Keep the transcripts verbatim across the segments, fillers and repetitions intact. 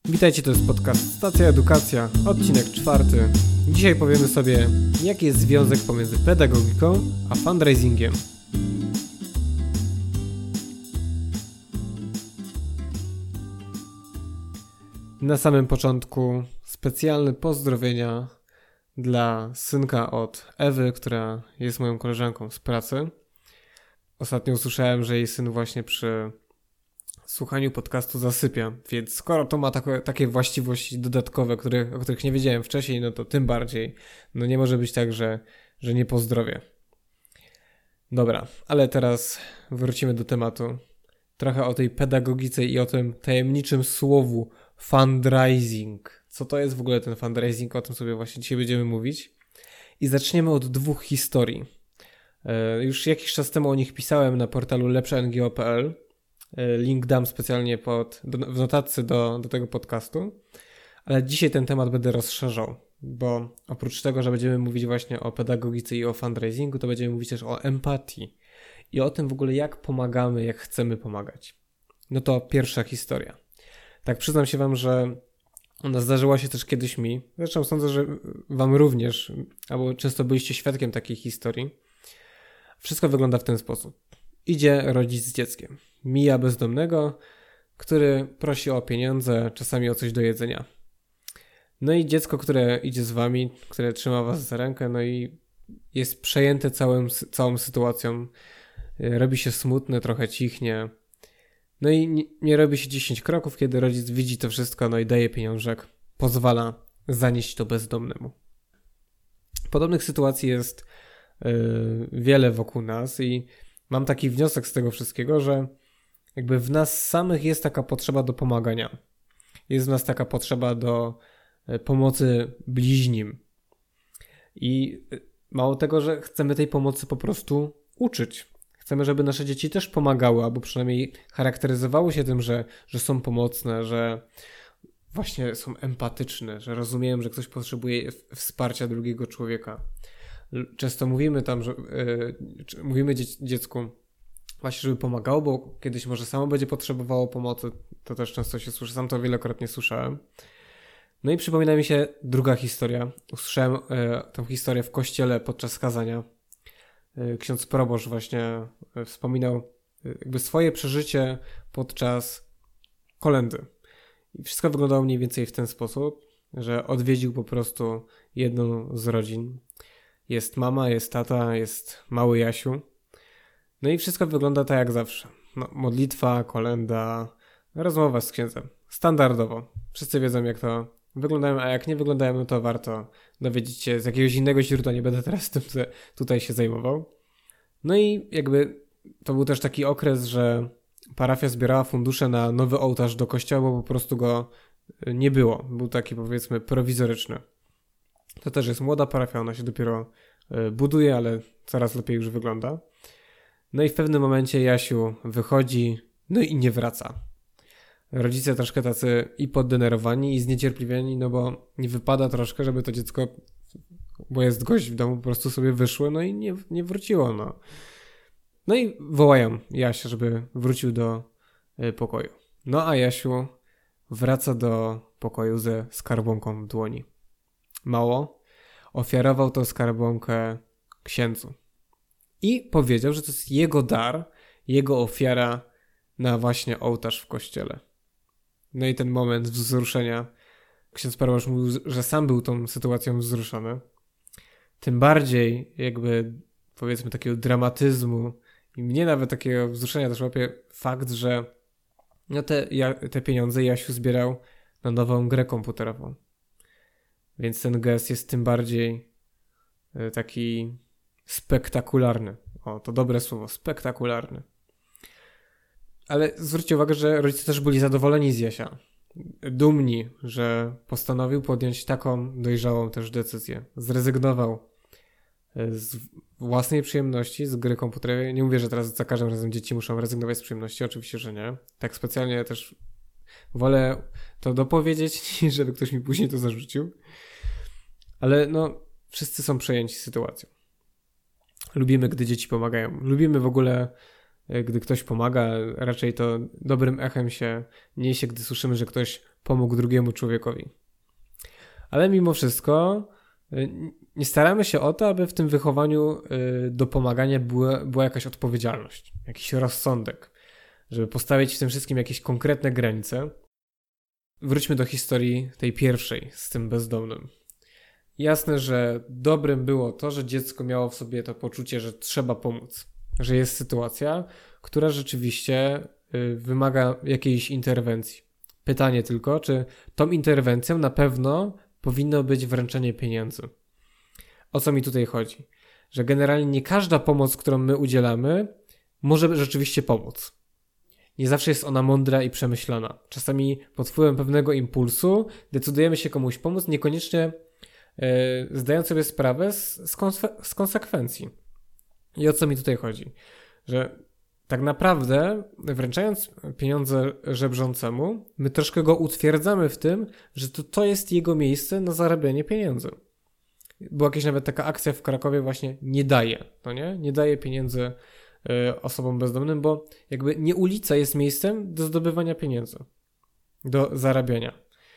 Witajcie, to jest podcast Stacja Edukacja, odcinek czwarty. Dzisiaj powiemy sobie, jaki jest związek pomiędzy pedagogiką a fundraisingiem. Na samym początku specjalne pozdrowienia dla synka od Ewy, która jest moją koleżanką z pracy. Ostatnio usłyszałem, że jej syn właśnie przy słuchaniu podcastu zasypia, więc skoro to ma takie, takie właściwości dodatkowe, których, o których nie wiedziałem wcześniej, no to tym bardziej. No nie może być tak, że, że nie pozdrowię. Dobra, ale teraz wrócimy do tematu. Trochę o tej pedagogice i o tym tajemniczym słowu fundraising. Co to jest w ogóle ten fundraising? O tym sobie właśnie dzisiaj będziemy mówić. I zaczniemy od dwóch historii. Już jakiś czas temu o nich pisałem na portalu lepsze n g o kropka p l. Link dam specjalnie pod, do, w notatce do, do tego podcastu, ale dzisiaj ten temat będę rozszerzał, bo oprócz tego, że będziemy mówić właśnie o pedagogice i o fundraisingu, to będziemy mówić też o empatii i o tym w ogóle, jak pomagamy, jak chcemy pomagać. No to pierwsza historia. Tak, przyznam się wam, że ona zdarzyła się też kiedyś mi, zresztą sądzę, że wam również, albo często byliście świadkiem takiej historii. Wszystko wygląda w ten sposób. Idzie rodzic z dzieckiem. Mija bezdomnego, który prosi o pieniądze, czasami o coś do jedzenia. No i dziecko, które idzie z wami, które trzyma was za rękę, no i jest przejęte całym, całą sytuacją. Robi się smutne, trochę cichnie. No i nie, nie robi się dziesięć kroków, kiedy rodzic widzi to wszystko, no i daje pieniążek, pozwala zanieść to bezdomnemu. Podobnych sytuacji jest yy, wiele wokół nas i mam taki wniosek z tego wszystkiego, że jakby w nas samych jest taka potrzeba do pomagania. Jest w nas taka potrzeba do pomocy bliźnim. I mało tego, że chcemy tej pomocy po prostu uczyć. Chcemy, żeby nasze dzieci też pomagały, albo przynajmniej charakteryzowały się tym, że, że są pomocne, że właśnie są empatyczne, że rozumieją, że ktoś potrzebuje wsparcia drugiego człowieka. Często mówimy tam, że yy, mówimy dzie- dziecku właśnie, żeby pomagało, bo kiedyś może samo będzie potrzebowało pomocy. To też często się słyszy, sam to wielokrotnie słyszałem. No i przypomina mi się druga historia. Usłyszałem yy, tę historię w kościele podczas kazania. Yy, ksiądz proboszcz właśnie yy, wspominał yy, jakby swoje przeżycie podczas kolędy. I wszystko wyglądało mniej więcej w ten sposób, że odwiedził po prostu jedną z rodzin. Jest mama, jest tata, jest mały Jasiu. No i wszystko wygląda tak jak zawsze. No, modlitwa, kolęda, rozmowa z księdzem. Standardowo. Wszyscy wiedzą, jak to wyglądają, a jak nie wyglądają, no to warto dowiedzieć się z jakiegoś innego źródła. Nie będę teraz tym tutaj się zajmował. No i jakby to był też taki okres, że parafia zbierała fundusze na nowy ołtarz do kościoła, bo po prostu go nie było. Był taki, powiedzmy, prowizoryczny. To też jest młoda parafia, ona się dopiero buduje, ale coraz lepiej już wygląda. No i w pewnym momencie Jasiu wychodzi, no i nie wraca. Rodzice troszkę tacy i poddenerwowani, i zniecierpliwieni, no bo nie wypada troszkę, żeby to dziecko, bo jest gość w domu, po prostu sobie wyszło, no i nie, nie wróciło, no. No i wołają Jasia, żeby wrócił do pokoju. No a Jasiu wraca do pokoju ze skarbonką w dłoni. Mało, ofiarował tą skarbonkę księdzu. I powiedział, że to jest jego dar, jego ofiara na właśnie ołtarz w kościele. No i ten moment wzruszenia, ksiądz proboszcz mówił, że sam był tą sytuacją wzruszony. Tym bardziej jakby, powiedzmy, takiego dramatyzmu i mnie nawet takiego wzruszenia też łapie fakt, że no te, te pieniądze Jasiu zbierał na nową grę komputerową. Więc ten gest jest tym bardziej taki spektakularny. O, to dobre słowo, spektakularny. Ale zwróćcie uwagę, że rodzice też byli zadowoleni z Jasia. Dumni, że postanowił podjąć taką dojrzałą też decyzję. Zrezygnował z własnej przyjemności, z gry komputerowej. Nie mówię, że teraz za każdym razem dzieci muszą rezygnować z przyjemności, oczywiście, że nie. Tak specjalnie też wolę to dopowiedzieć, niż żeby ktoś mi później to zarzucił. Ale no, wszyscy są przejęci sytuacją. Lubimy, gdy dzieci pomagają. Lubimy w ogóle, gdy ktoś pomaga. Raczej to dobrym echem się niesie, gdy słyszymy, że ktoś pomógł drugiemu człowiekowi. Ale mimo wszystko nie staramy się o to, aby w tym wychowaniu do pomagania była, była jakaś odpowiedzialność, jakiś rozsądek, żeby postawić w tym wszystkim jakieś konkretne granice. Wróćmy do historii tej pierwszej z tym bezdomnym. Jasne, że dobrym było to, że dziecko miało w sobie to poczucie, że trzeba pomóc, że jest sytuacja, która rzeczywiście wymaga jakiejś interwencji. Pytanie tylko, czy tą interwencją na pewno powinno być wręczenie pieniędzy. O co mi tutaj chodzi? Że generalnie nie każda pomoc, którą my udzielamy, może rzeczywiście pomóc. Nie zawsze jest ona mądra i przemyślana. Czasami pod wpływem pewnego impulsu decydujemy się komuś pomóc, niekoniecznie yy, zdając sobie sprawę z, z, konse- z konsekwencji. I o co mi tutaj chodzi? Że tak naprawdę wręczając pieniądze żebrzącemu, my troszkę go utwierdzamy w tym, że to, to jest jego miejsce na zarabianie pieniędzy. Była jakaś nawet taka akcja w Krakowie właśnie nie daje, no nie? Nie daje pieniędzy y, osobom bezdomnym, bo jakby nie ulica jest miejscem do zdobywania pieniędzy, do zarabiania.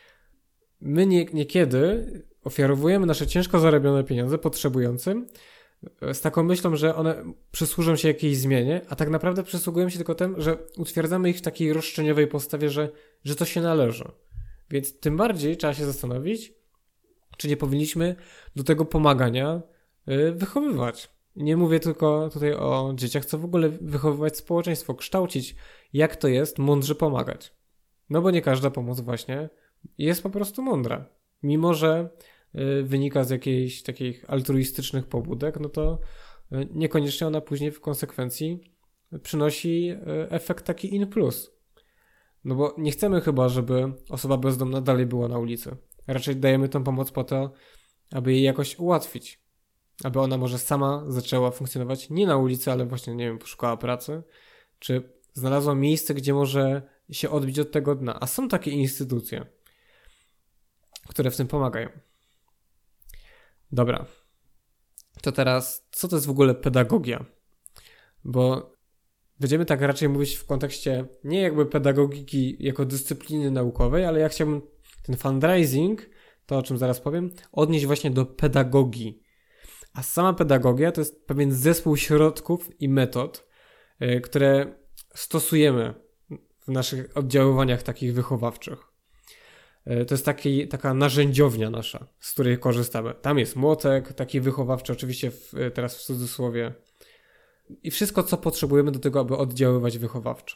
My nie, niekiedy ofiarowujemy nasze ciężko zarabione pieniądze potrzebującym z taką myślą, że one przysłużą się jakiejś zmianie, a tak naprawdę przysługują się tylko tym, że utwierdzamy ich w takiej roszczeniowej postawie, że, że to się należy. Więc tym bardziej trzeba się zastanowić, czy nie powinniśmy do tego pomagania yy, wychowywać. Nie mówię tylko tutaj o dzieciach, co w ogóle wychowywać społeczeństwo, kształcić, jak to jest mądrze pomagać. No bo nie każda pomoc właśnie jest po prostu mądra. Mimo że wynika z jakichś takich altruistycznych pobudek, no to niekoniecznie ona później w konsekwencji przynosi efekt taki in plus. No bo nie chcemy chyba, żeby osoba bezdomna dalej była na ulicy. Raczej dajemy tą pomoc po to, aby jej jakoś ułatwić. Aby ona może sama zaczęła funkcjonować nie na ulicy, ale właśnie, nie wiem, poszukała pracy, czy znalazła miejsce, gdzie może się odbić od tego dna. A są takie instytucje, które w tym pomagają. Dobra, to teraz, co to jest w ogóle pedagogia? Bo będziemy tak raczej mówić w kontekście nie jakby pedagogiki jako dyscypliny naukowej, ale ja chciałbym ten fundraising, to o czym zaraz powiem, odnieść właśnie do pedagogii. A sama pedagogia to jest pewien zespół środków i metod, yy, które stosujemy w naszych oddziaływaniach takich wychowawczych. To jest taki, taka narzędziownia nasza, z której korzystamy. Tam jest młotek, taki wychowawczy, oczywiście w, teraz w cudzysłowie. I wszystko, co potrzebujemy do tego, aby oddziaływać wychowawczo.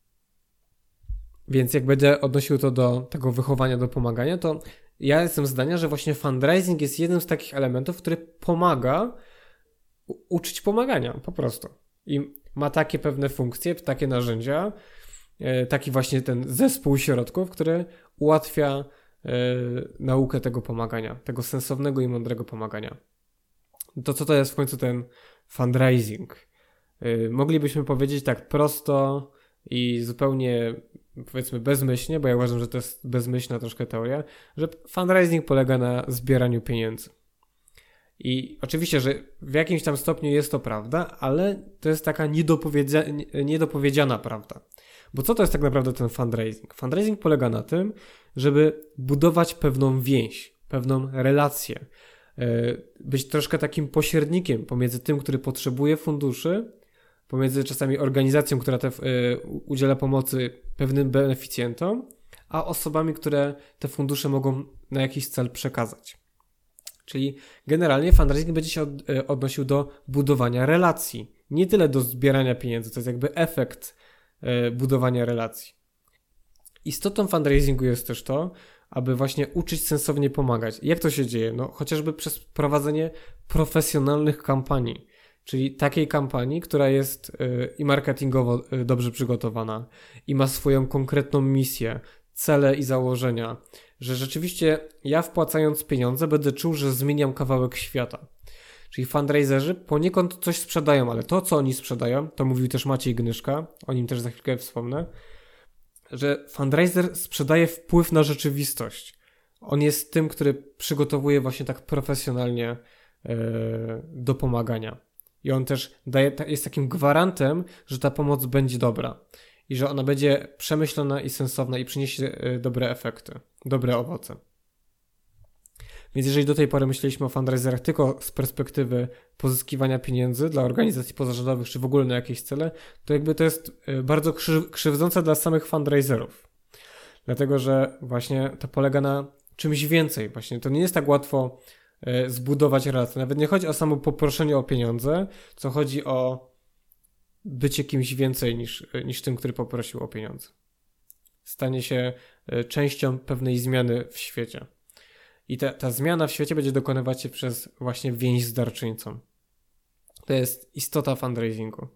Więc jak będę odnosił to do tego wychowania, do pomagania, to ja jestem zdania, że właśnie fundraising jest jednym z takich elementów, który pomaga uczyć pomagania, po prostu. I ma takie pewne funkcje, takie narzędzia, taki właśnie ten zespół środków, który ułatwia y, naukę tego pomagania, tego sensownego i mądrego pomagania. To co to jest w końcu ten fundraising? Y, moglibyśmy powiedzieć tak prosto i zupełnie, powiedzmy, bezmyślnie, bo ja uważam, że to jest bezmyślna troszkę teoria, że fundraising polega na zbieraniu pieniędzy. I oczywiście, że w jakimś tam stopniu jest to prawda, ale to jest taka niedopowiedzia- niedopowiedziana prawda. Bo co to jest tak naprawdę ten fundraising? Fundraising polega na tym, żeby budować pewną więź, pewną relację, być troszkę takim pośrednikiem pomiędzy tym, który potrzebuje funduszy, pomiędzy czasami organizacją, która te, udziela pomocy pewnym beneficjentom, a osobami, które te fundusze mogą na jakiś cel przekazać. Czyli generalnie fundraising będzie się od, odnosił do budowania relacji, nie tyle do zbierania pieniędzy, to jest jakby efekt budowania relacji. Istotą fundraisingu jest też to, aby właśnie uczyć sensownie pomagać. Jak to się dzieje? No chociażby przez prowadzenie profesjonalnych kampanii, czyli takiej kampanii, która jest y, i marketingowo y, dobrze przygotowana i ma swoją konkretną misję, cele i założenia, że rzeczywiście ja wpłacając pieniądze będę czuł, że zmieniam kawałek świata. Czyli fundraiserzy poniekąd coś sprzedają, ale to, co oni sprzedają, to mówił też Maciej Gnyszka, o nim też za chwilkę wspomnę, że fundraiser sprzedaje wpływ na rzeczywistość. On jest tym, który przygotowuje właśnie tak profesjonalnie yy, do pomagania. I on też daje, jest takim gwarantem, że ta pomoc będzie dobra. i że ona będzie przemyślona i sensowna i przyniesie dobre efekty, dobre owoce. Więc jeżeli do tej pory myśleliśmy o fundraiserach tylko z perspektywy pozyskiwania pieniędzy dla organizacji pozarządowych, czy w ogóle na jakieś cele, to jakby to jest bardzo krzyw- krzywdzące dla samych fundraiserów. Dlatego, że właśnie to polega na czymś więcej. Właśnie to nie jest tak łatwo zbudować relacje. Nawet nie chodzi o samo poproszenie o pieniądze, co chodzi o bycie kimś więcej niż, niż tym, który poprosił o pieniądze. Stanie się częścią pewnej zmiany w świecie. I ta, ta zmiana w świecie będzie dokonywać się przez właśnie więź z darczyńcą. To jest istota fundraisingu.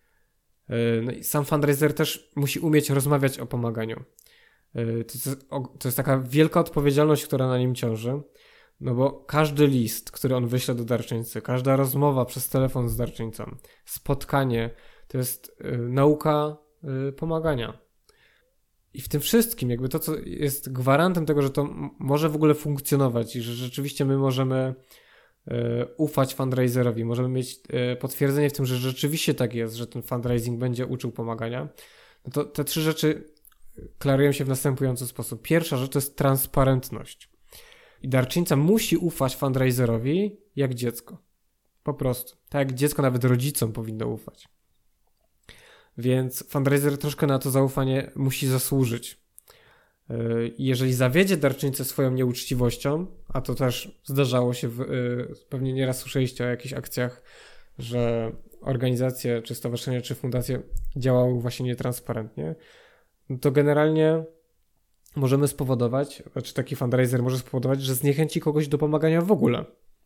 No i sam fundraiser też musi umieć rozmawiać o pomaganiu. To jest, to jest taka wielka odpowiedzialność, która na nim ciąży, no bo każdy list, który on wyśle do darczyńcy, każda rozmowa przez telefon z darczyńcą, spotkanie, to jest y, nauka y, pomagania. I w tym wszystkim jakby to, co jest gwarantem tego, że to m- może w ogóle funkcjonować i że rzeczywiście my możemy y, ufać fundraiserowi, możemy mieć y, potwierdzenie w tym, że rzeczywiście tak jest, że ten fundraising będzie uczył pomagania, no to te trzy rzeczy klarują się w następujący sposób. Pierwsza rzecz to jest transparentność. I darczyńca musi ufać fundraiserowi jak dziecko. Po prostu. Tak jak dziecko nawet rodzicom powinno ufać. Więc fundraiser troszkę na to zaufanie musi zasłużyć. Jeżeli zawiedzie darczyńcę swoją nieuczciwością, a to też zdarzało się, w, pewnie nieraz słyszeliście o jakichś akcjach, że organizacje, czy stowarzyszenia, czy fundacje działały właśnie nietransparentnie, to generalnie możemy spowodować, znaczy taki fundraiser może spowodować, że zniechęci kogoś do pomagania w ogóle.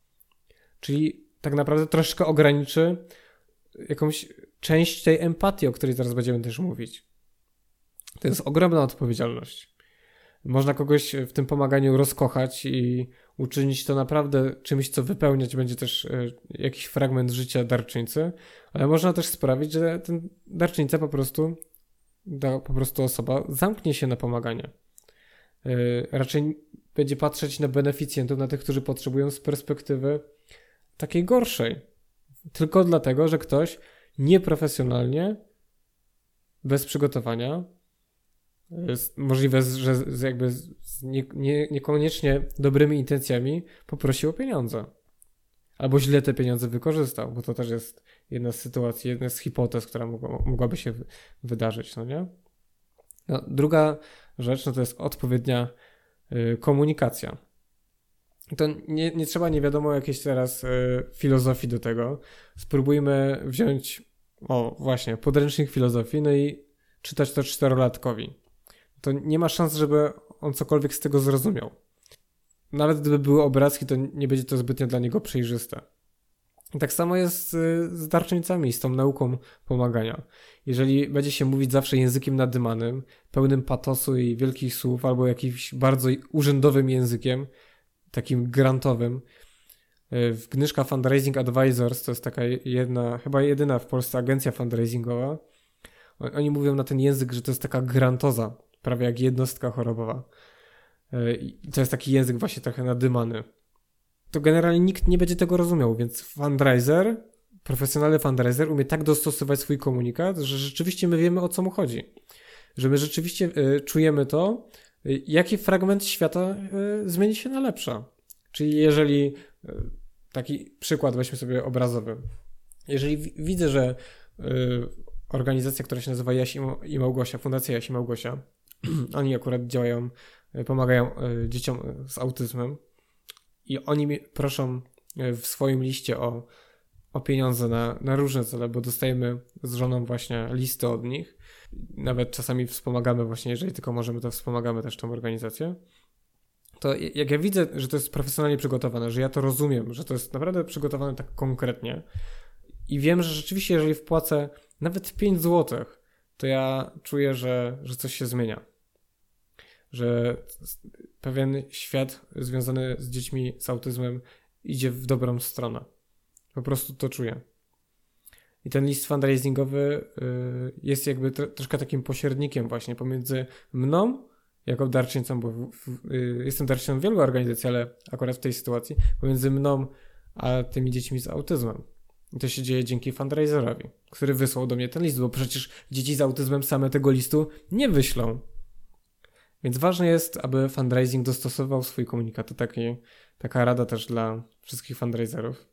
Czyli tak naprawdę troszkę ograniczy jakąś część tej empatii, o której zaraz będziemy też mówić. To jest ogromna odpowiedzialność. Można kogoś w tym pomaganiu rozkochać i uczynić to naprawdę czymś, co wypełniać będzie też jakiś fragment życia darczyńcy, ale można też sprawić, że ten darczyńca po prostu, ta po prostu osoba zamknie się na pomaganie. Raczej będzie patrzeć na beneficjentów, na tych, którzy potrzebują z perspektywy takiej gorszej. Tylko dlatego, że ktoś nieprofesjonalnie, bez przygotowania, możliwe, że z jakby z nie, nie, niekoniecznie dobrymi intencjami poprosił o pieniądze. Albo źle te pieniądze wykorzystał, bo to też jest jedna z sytuacji, jedna z hipotez, która mogła, mogłaby się wydarzyć, no nie? No, druga rzecz, no to jest odpowiednia y, komunikacja. To nie, nie trzeba nie wiadomo jakiejś teraz y, filozofii do tego. Spróbujmy wziąć, o właśnie, podręcznik filozofii, no i czytać to czterolatkowi. To nie ma szans, żeby on cokolwiek z tego zrozumiał. Nawet gdyby były obrazki, to nie będzie to zbytnio dla niego przejrzyste. I tak samo jest y, z darczyńcami, z tą nauką pomagania. Jeżeli będzie się mówić zawsze językiem nadymanym, pełnym patosu i wielkich słów, albo jakimś bardzo urzędowym językiem, takim grantowym. W Gnyszka Fundraising Advisors to jest taka jedna, chyba jedyna w Polsce agencja fundraisingowa. Oni mówią na ten język, że to jest taka grantoza, prawie jak jednostka chorobowa. I to jest taki język właśnie trochę nadymany. To generalnie nikt nie będzie tego rozumiał, więc fundraiser, profesjonalny fundraiser umie tak dostosować swój komunikat, że rzeczywiście my wiemy, o co mu chodzi. Że my rzeczywiście y, czujemy to, y, jaki fragment świata y, zmieni się na lepsze. Czyli jeżeli, y, taki przykład weźmy sobie obrazowy. Jeżeli w, widzę, że y, organizacja, która się nazywa Jaś i Małgosia, Fundacja Jaś i Małgosia, oni akurat działają, y, pomagają y, dzieciom z autyzmem i oni mi proszą y, w swoim liście o o pieniądze na, na różne cele, bo dostajemy z żoną właśnie listy od nich. Nawet czasami wspomagamy właśnie, jeżeli tylko możemy, to wspomagamy też tą organizację. To jak ja widzę, że to jest profesjonalnie przygotowane, że ja to rozumiem, że to jest naprawdę przygotowane tak konkretnie i wiem, że rzeczywiście jeżeli wpłacę nawet pięć złotych, to ja czuję, że, że coś się zmienia. Że pewien świat związany z dziećmi z autyzmem idzie w dobrą stronę. Po prostu to czuję. I ten list fundraisingowy y, jest jakby tro, troszkę takim pośrednikiem właśnie pomiędzy mną, jako darczyńcą, bo w, w, y, jestem darczyńcą wielu organizacji, ale akurat w tej sytuacji, pomiędzy mną a tymi dziećmi z autyzmem. I to się dzieje dzięki fundraiserowi, który wysłał do mnie ten list, bo przecież dzieci z autyzmem same tego listu nie wyślą. Więc ważne jest, aby fundraising dostosował swój komunikat. To taki, taka rada też dla wszystkich fundraiserów.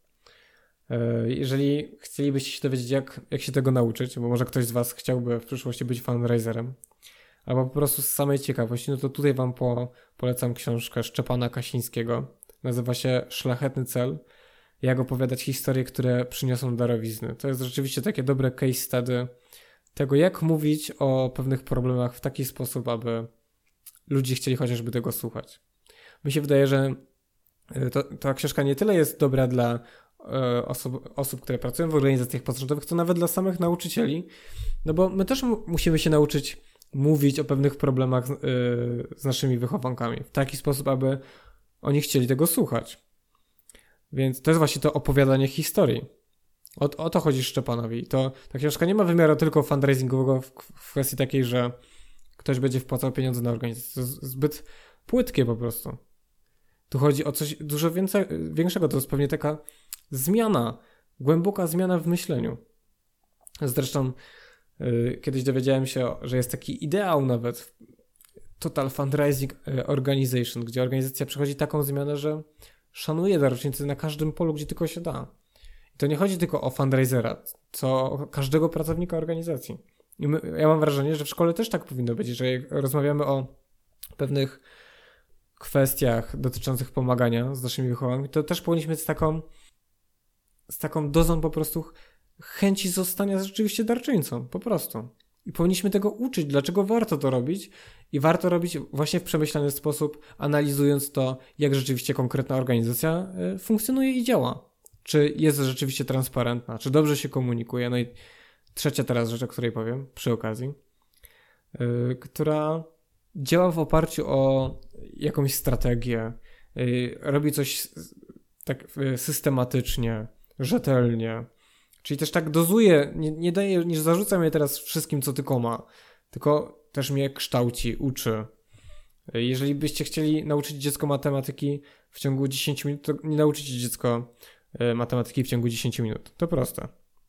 Jeżeli chcielibyście się dowiedzieć, jak, jak się tego nauczyć, bo może ktoś z was chciałby w przyszłości być fundraiserem, albo po prostu z samej ciekawości, no to tutaj wam po, polecam książkę Szczepana Kasińskiego. Nazywa się Szlachetny cel. Jak opowiadać historie, które przyniosą darowizny. To jest rzeczywiście takie dobre case study tego, jak mówić o pewnych problemach w taki sposób, aby ludzie chcieli chociażby tego słuchać. Mi się wydaje, że to, ta książka nie tyle jest dobra dla e, osób, osób, które pracują w organizacjach pozarządowych, to nawet dla samych nauczycieli, no bo my też m- musimy się nauczyć mówić o pewnych problemach z, e, z naszymi wychowankami w taki sposób, aby oni chcieli tego słuchać. Więc to jest właśnie to opowiadanie historii. O, o to chodzi Szczepanowi. To, ta książka nie ma wymiaru tylko fundraisingowego w, w kwestii takiej, że ktoś będzie wpłacał pieniądze na organizację. To jest zbyt płytkie po prostu. Tu chodzi o coś dużo więcej, większego. To jest pewnie taka zmiana, głęboka zmiana w myśleniu. Zresztą yy, kiedyś dowiedziałem się, że jest taki ideał nawet Total Fundraising Organization, gdzie organizacja przechodzi taką zmianę, że szanuje darownicy na każdym polu, gdzie tylko się da. I to nie chodzi tylko o fundraisera, co o każdego pracownika organizacji. I my, ja mam wrażenie, że w szkole też tak powinno być, że jak rozmawiamy o pewnych kwestiach dotyczących pomagania z naszymi wychowanymi, to też powinniśmy z taką z taką dozą po prostu chęci zostania rzeczywiście darczyńcą, po prostu. I powinniśmy tego uczyć, dlaczego warto to robić i warto robić właśnie w przemyślany sposób, analizując to, jak rzeczywiście konkretna organizacja funkcjonuje i działa. Czy jest rzeczywiście transparentna, czy dobrze się komunikuje. No i trzecia teraz rzecz, o której powiem przy okazji, yy, która działa w oparciu o jakąś strategię, yy, robi coś tak yy, systematycznie, rzetelnie. Czyli też tak dozuje, nie, nie daje, nie zarzuca mnie teraz wszystkim, co tylko ma, tylko też mnie kształci, uczy. Jeżeli byście chcieli nauczyć dziecko matematyki w ciągu dziesięć minut, to nie nauczycie dziecko matematyki w ciągu dziesięć minut. To proste.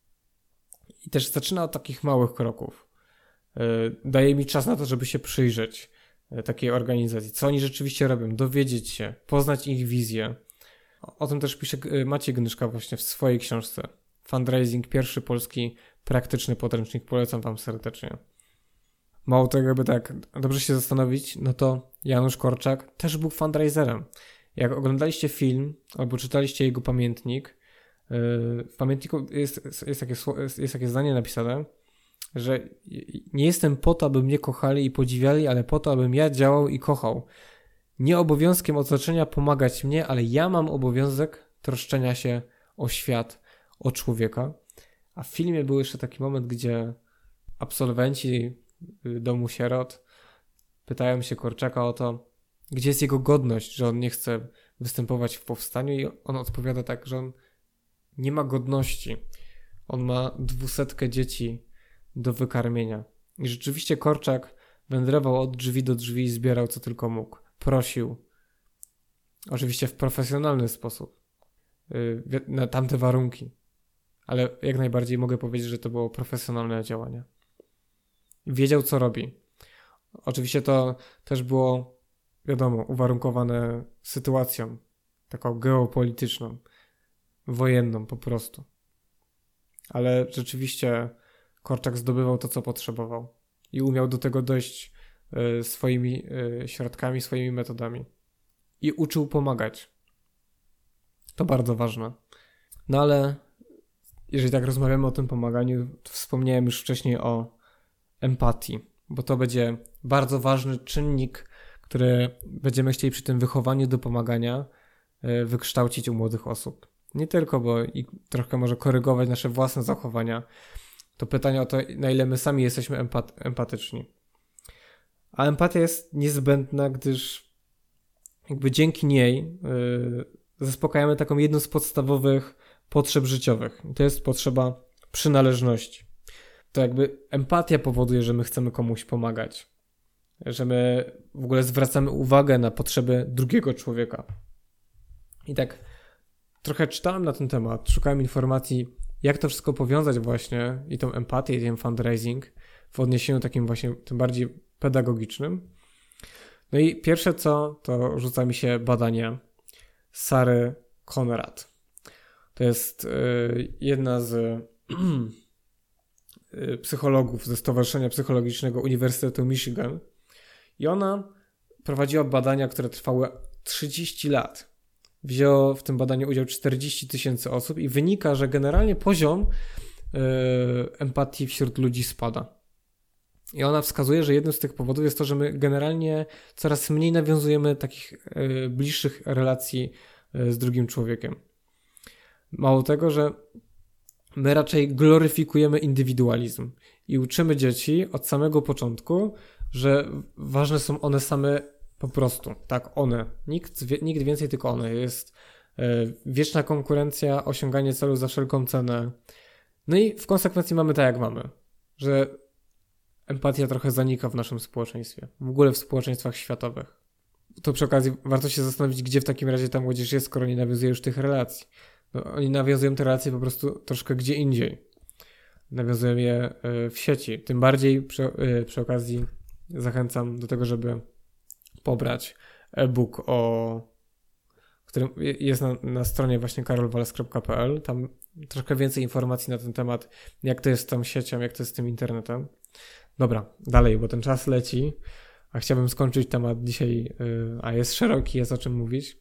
I też zaczyna od takich małych kroków. Daje mi czas na to, żeby się przyjrzeć takiej organizacji, co oni rzeczywiście robią, dowiedzieć się, poznać ich wizję. O tym też pisze Maciej Gnyszka właśnie w swojej książce. Fundraising, pierwszy polski praktyczny podręcznik, polecam wam serdecznie. Mało tego, jakby tak dobrze się zastanowić, no to Janusz Korczak też był fundraiserem. Jak oglądaliście film albo czytaliście jego pamiętnik, w pamiętniku jest, jest, takie, jest takie zdanie napisane, że nie jestem po to, aby mnie kochali i podziwiali, ale po to, abym ja działał i kochał. Nie obowiązkiem otoczenia pomagać mnie, ale ja mam obowiązek troszczenia się o świat, o człowieka. A w filmie był jeszcze taki moment, gdzie absolwenci domu sierot pytają się Korczaka o to, gdzie jest jego godność, że on nie chce występować w powstaniu, i on odpowiada tak, że on nie ma godności. On ma dwusetkę dzieci do wykarmienia. I rzeczywiście Korczak wędrował od drzwi do drzwi i zbierał co tylko mógł. Prosił. Oczywiście w profesjonalny sposób. Na tamte warunki. Ale jak najbardziej mogę powiedzieć, że to było profesjonalne działanie. Wiedział, co robi. Oczywiście to też było, wiadomo, uwarunkowane sytuacją taką geopolityczną, wojenną po prostu. Ale rzeczywiście Korczak zdobywał to, co potrzebował i umiał do tego dojść y, swoimi y, środkami, swoimi metodami. I uczył pomagać. To bardzo ważne. No ale jeżeli tak rozmawiamy o tym pomaganiu, to wspomniałem już wcześniej o empatii, bo to będzie bardzo ważny czynnik, który będziemy chcieli przy tym wychowaniu do pomagania y, wykształcić u młodych osób. Nie tylko, bo i trochę może korygować nasze własne zachowania. To pytanie o to, na ile my sami jesteśmy empat- empatyczni. A empatia jest niezbędna, gdyż jakby dzięki niej yy, zaspokajamy taką jedną z podstawowych potrzeb życiowych. I to jest potrzeba przynależności. To jakby empatia powoduje, że my chcemy komuś pomagać. Że my w ogóle zwracamy uwagę na potrzeby drugiego człowieka. I tak trochę czytałem na ten temat, szukałem informacji, jak to wszystko powiązać właśnie i tą empatię, i ten fundraising w odniesieniu takim właśnie tym bardziej pedagogicznym. No i pierwsze co, to rzuca mi się badanie Sary Conrad. To jest yy, jedna z yy, psychologów ze Stowarzyszenia Psychologicznego Uniwersytetu Michigan i ona prowadziła badania, które trwały trzydzieści lat. Wzięło w tym badaniu udział czterdzieści tysięcy osób i wynika, że generalnie poziom yy, empatii wśród ludzi spada. I ona wskazuje, że jednym z tych powodów jest to, że my generalnie coraz mniej nawiązujemy takich yy, bliższych relacji yy, z drugim człowiekiem. Mało tego, że my raczej gloryfikujemy indywidualizm i uczymy dzieci od samego początku, że ważne są one same po prostu, tak, one. Nikt, nikt więcej, tylko one. Jest yy, wieczna konkurencja, osiąganie celu za wszelką cenę. No i w konsekwencji mamy tak, jak mamy, że empatia trochę zanika w naszym społeczeństwie, w ogóle w społeczeństwach światowych. To przy okazji warto się zastanowić, gdzie w takim razie ta młodzież jest, skoro nie nawiązuje już tych relacji. No, oni nawiązują te relacje po prostu troszkę gdzie indziej. Nawiązują je w sieci. Tym bardziej przy, przy okazji zachęcam do tego, żeby pobrać e-book, o którym jest na, na stronie właśnie karol walas kropka p l. Tam troszkę więcej informacji na ten temat, jak to jest z tą siecią, jak to jest z tym internetem. Dobra, dalej, bo ten czas leci, a chciałbym skończyć temat dzisiaj, a jest szeroki, jest o czym mówić.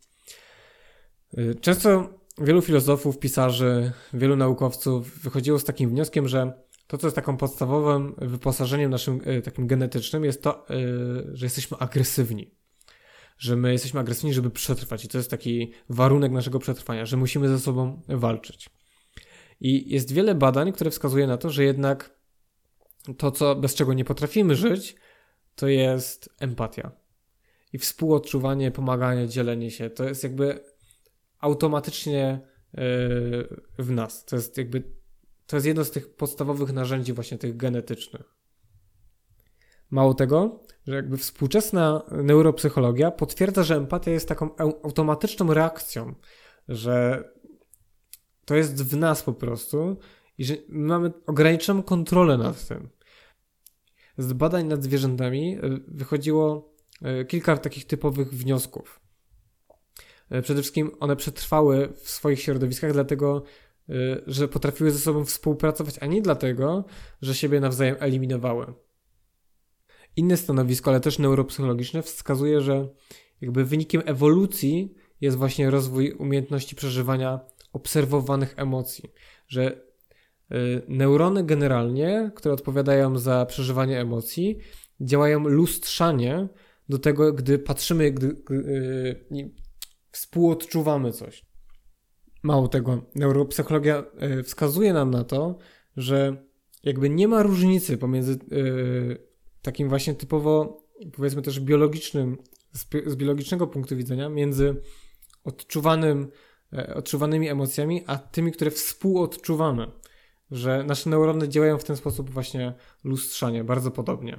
Często wielu filozofów, pisarzy, wielu naukowców wychodziło z takim wnioskiem, że to, co jest taką podstawowym wyposażeniem naszym takim genetycznym, jest to, że jesteśmy agresywni. Że my jesteśmy agresywni, żeby przetrwać i to jest taki warunek naszego przetrwania, że musimy ze sobą walczyć. I jest wiele badań, które wskazuje na to, że jednak to, co, bez czego nie potrafimy żyć, to jest empatia. I współodczuwanie, pomaganie, dzielenie się, to jest jakby automatycznie yy, w nas. To jest jakby, to jest jedno z tych podstawowych narzędzi właśnie tych genetycznych. Mało tego, że jakby współczesna neuropsychologia potwierdza, że empatia jest taką automatyczną reakcją, że to jest w nas po prostu i że mamy ograniczoną kontrolę nad tym. Z badań nad zwierzętami wychodziło kilka takich typowych wniosków. Przede wszystkim one przetrwały w swoich środowiskach dlatego, że potrafiły ze sobą współpracować, a nie dlatego, że siebie nawzajem eliminowały. Inne stanowisko, ale też neuropsychologiczne, wskazuje, że jakby wynikiem ewolucji jest właśnie rozwój umiejętności przeżywania obserwowanych emocji, że y, neurony generalnie, które odpowiadają za przeżywanie emocji, działają lustrzanie do tego, gdy patrzymy, gdy, gdy y, współodczuwamy coś. Mało tego, neuropsychologia y, wskazuje nam na to, że jakby nie ma różnicy pomiędzy y, takim właśnie typowo, powiedzmy też biologicznym, z, z biologicznego punktu widzenia, między odczuwanym, e, odczuwanymi emocjami, a tymi, które współodczuwamy. Że nasze neurony działają w ten sposób właśnie lustrzanie, bardzo podobnie.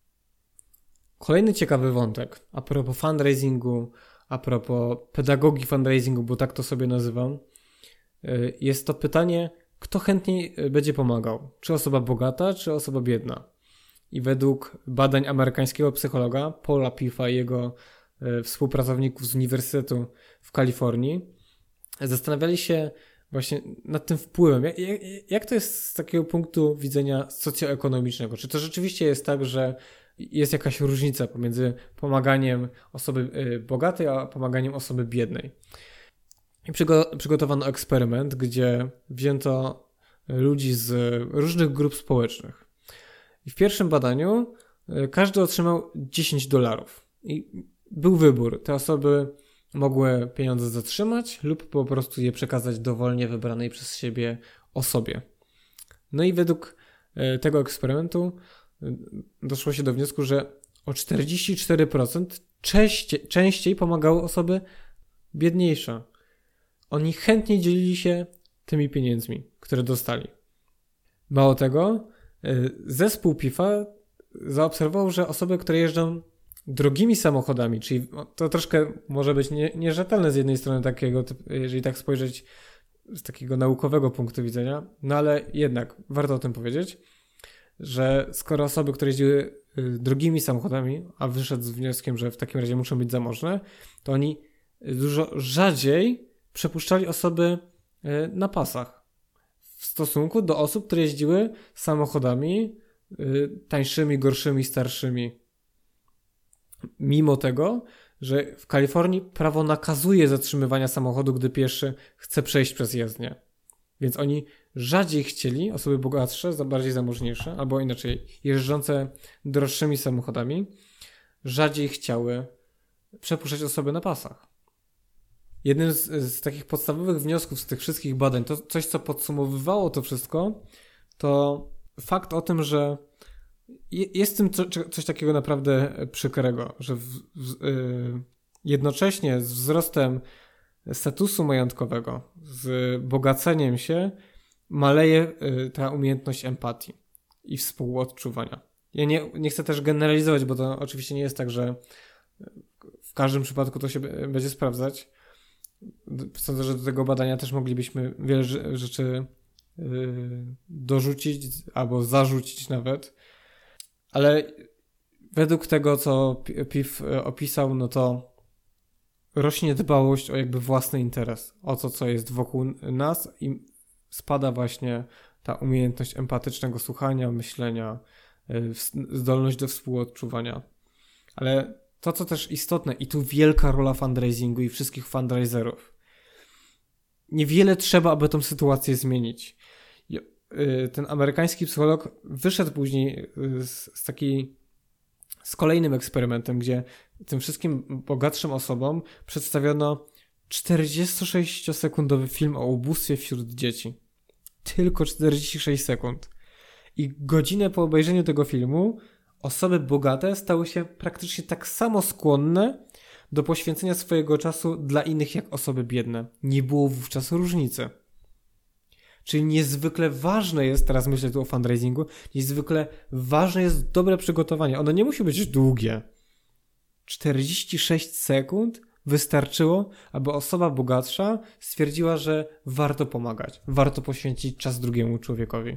Kolejny ciekawy wątek, a propos fundraisingu, a propos pedagogii fundraisingu, bo tak to sobie nazywam, y, jest to pytanie, kto chętniej będzie pomagał? Czy osoba bogata, czy osoba biedna? I według badań amerykańskiego psychologa Paula Piffa i jego y, współpracowników z Uniwersytetu w Kalifornii zastanawiali się właśnie nad tym wpływem. Jak, jak to jest z takiego punktu widzenia socjoekonomicznego? Czy to rzeczywiście jest tak, że jest jakaś różnica pomiędzy pomaganiem osoby y, bogatej, a pomaganiem osoby biednej? I przygo- przygotowano eksperyment, gdzie wzięto ludzi z różnych grup społecznych. I w pierwszym badaniu każdy otrzymał dziesięć dolarów. I był wybór. Te osoby mogły pieniądze zatrzymać lub po prostu je przekazać dowolnie wybranej przez siebie osobie. No i według tego eksperymentu doszło się do wniosku, że o czterdzieści cztery procent częściej, częściej pomagały osoby biedniejsze. Oni chętniej dzielili się tymi pieniędzmi, które dostali. Mało tego, zespół Piffa zaobserwował, że osoby, które jeżdżą drogimi samochodami, czyli to troszkę może być nie, nierzetelne z jednej strony takiego, jeżeli tak spojrzeć z takiego naukowego punktu widzenia, no ale jednak warto o tym powiedzieć, że skoro osoby, które jeździły drogimi samochodami, a wyszedł z wnioskiem, że w takim razie muszą być zamożne, to oni dużo rzadziej przepuszczali osoby na pasach w stosunku do osób, które jeździły samochodami tańszymi, gorszymi, starszymi. Mimo tego, że w Kalifornii prawo nakazuje zatrzymywania samochodu, gdy pieszy chce przejść przez jezdnię. Więc oni rzadziej chcieli, osoby bogatsze, bardziej zamożniejsze, albo inaczej jeżdżące droższymi samochodami, rzadziej chciały przepuszczać osoby na pasach. Jednym z, z takich podstawowych wniosków z tych wszystkich badań, to coś, co podsumowywało to wszystko, to fakt o tym, że jest w tym co, coś takiego naprawdę przykrego, że w, w, yy, jednocześnie z wzrostem statusu majątkowego, z bogaceniem się maleje yy, ta umiejętność empatii i współodczuwania. Ja nie, nie chcę też generalizować, bo to oczywiście nie jest tak, że w każdym przypadku to się b- będzie sprawdzać. Sądzę, że do tego badania też moglibyśmy wiele rzeczy yy, dorzucić albo zarzucić nawet. Ale według tego, co P I F opisał, no to rośnie dbałość o jakby własny interes, o to, co jest wokół nas i spada właśnie ta umiejętność empatycznego słuchania, myślenia, zdolność do współodczuwania. Ale to, co też istotne i tu wielka rola fundraisingu i wszystkich fundraiserów. Niewiele trzeba, aby tę sytuację zmienić. Ten amerykański psycholog wyszedł później z, z takiej, z kolejnym eksperymentem, gdzie tym wszystkim bogatszym osobom przedstawiono czterdziestosześciosekundowy film o ubóstwie wśród dzieci. Tylko czterdzieści sześć sekund. I godzinę po obejrzeniu tego filmu osoby bogate stały się praktycznie tak samo skłonne do poświęcenia swojego czasu dla innych jak osoby biedne. Nie było wówczas różnicy. Czyli niezwykle ważne jest, teraz myślę tu o fundraisingu, niezwykle ważne jest dobre przygotowanie. Ono nie musi być długie. czterdzieści sześć sekund wystarczyło, aby osoba bogatsza stwierdziła, że warto pomagać, warto poświęcić czas drugiemu człowiekowi.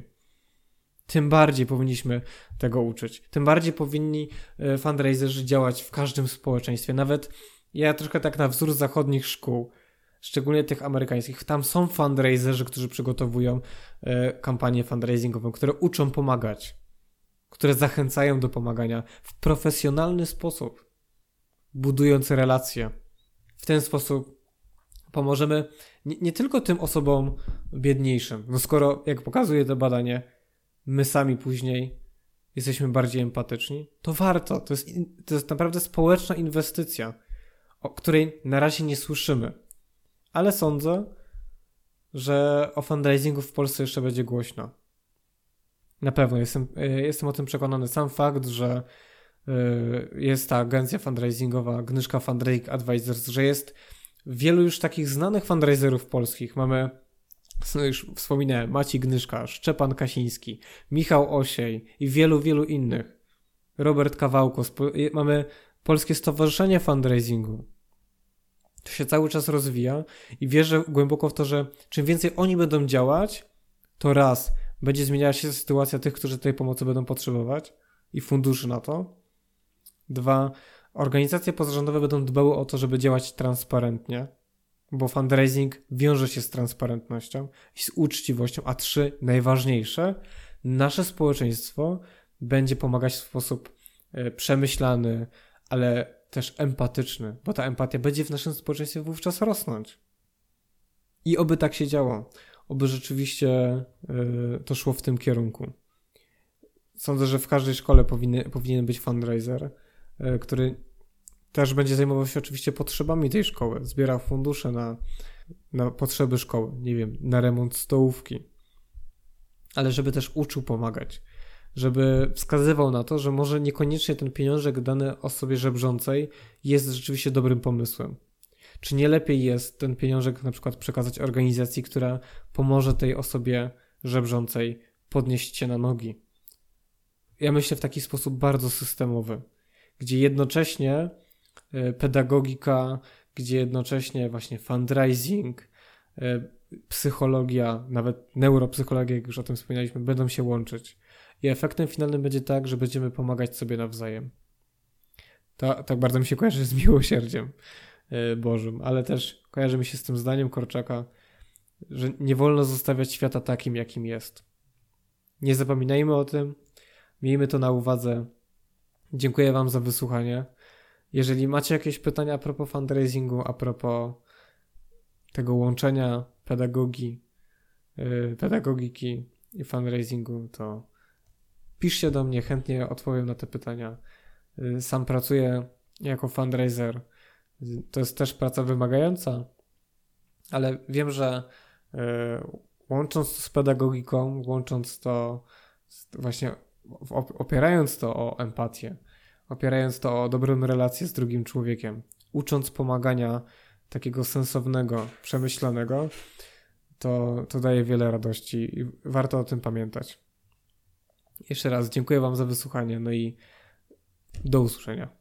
Tym bardziej powinniśmy tego uczyć. Tym bardziej powinni fundraiserzy działać w każdym społeczeństwie. Nawet ja troszkę tak na wzór zachodnich szkół, szczególnie tych amerykańskich. Tam są fundraiserzy, którzy przygotowują e, kampanię fundraisingową, które uczą pomagać, które zachęcają do pomagania w profesjonalny sposób, budując relacje. W ten sposób pomożemy nie, nie tylko tym osobom biedniejszym. No skoro, jak pokazuje to badanie, my sami później jesteśmy bardziej empatyczni, to warto. To jest, to jest naprawdę społeczna inwestycja, o której na razie nie słyszymy. Ale sądzę, że o fundraisingu w Polsce jeszcze będzie głośno. Na pewno, jestem, jestem o tym przekonany. Sam fakt, że jest ta agencja fundraisingowa Gnyszka Fundraising Advisors, że jest wielu już takich znanych fundraiserów polskich. Mamy, no już wspominałem, Maciej Gnyszka, Szczepan Kasiński, Michał Osiej i wielu, wielu innych. Robert Kawałko. Mamy Polskie Stowarzyszenie Fundraisingu. To się cały czas rozwija i wierzę głęboko w to, że czym więcej oni będą działać, to raz, będzie zmieniała się sytuacja tych, którzy tej pomocy będą potrzebować i funduszy na to. Dwa, organizacje pozarządowe będą dbały o to, żeby działać transparentnie, bo fundraising wiąże się z transparentnością i z uczciwością. A trzy, najważniejsze, nasze społeczeństwo będzie pomagać w sposób e, przemyślany, ale też empatyczny, bo ta empatia będzie w naszym społeczeństwie wówczas rosnąć. I oby tak się działo. Oby rzeczywiście y, to szło w tym kierunku. Sądzę, że w każdej szkole powinny, powinien być fundraiser, y, który też będzie zajmował się oczywiście potrzebami tej szkoły, zbierał fundusze na, na potrzeby szkoły, nie wiem, na remont stołówki, ale żeby też uczył pomagać, żeby wskazywał na to, że może niekoniecznie ten pieniążek dany osobie żebrzącej jest rzeczywiście dobrym pomysłem. Czy nie lepiej jest ten pieniążek na przykład przekazać organizacji, która pomoże tej osobie żebrzącej podnieść się na nogi? Ja myślę w taki sposób bardzo systemowy, gdzie jednocześnie pedagogika, gdzie jednocześnie właśnie fundraising psychologia, nawet neuropsychologia, jak już o tym wspomnieliśmy, będą się łączyć. I efektem finalnym będzie tak, że będziemy pomagać sobie nawzajem. To tak bardzo mi się kojarzy z miłosierdziem Bożym, ale też kojarzy mi się z tym zdaniem Korczaka, że nie wolno zostawiać świata takim, jakim jest. Nie zapominajmy o tym, miejmy to na uwadze. Dziękuję Wam za wysłuchanie. Jeżeli macie jakieś pytania a propos fundraisingu, a propos tego łączenia pedagogii, yy, pedagogiki i fundraisingu, to piszcie do mnie, chętnie odpowiem na te pytania. Yy, sam pracuję jako fundraiser. To jest też praca wymagająca, ale wiem, że yy, łącząc to z pedagogiką, łącząc to z, właśnie opierając to o empatię, opierając to o dobrą relację z drugim człowiekiem, ucząc pomagania takiego sensownego, przemyślanego, to, to daje wiele radości i warto o tym pamiętać. Jeszcze raz dziękuję Wam za wysłuchanie, no i do usłyszenia.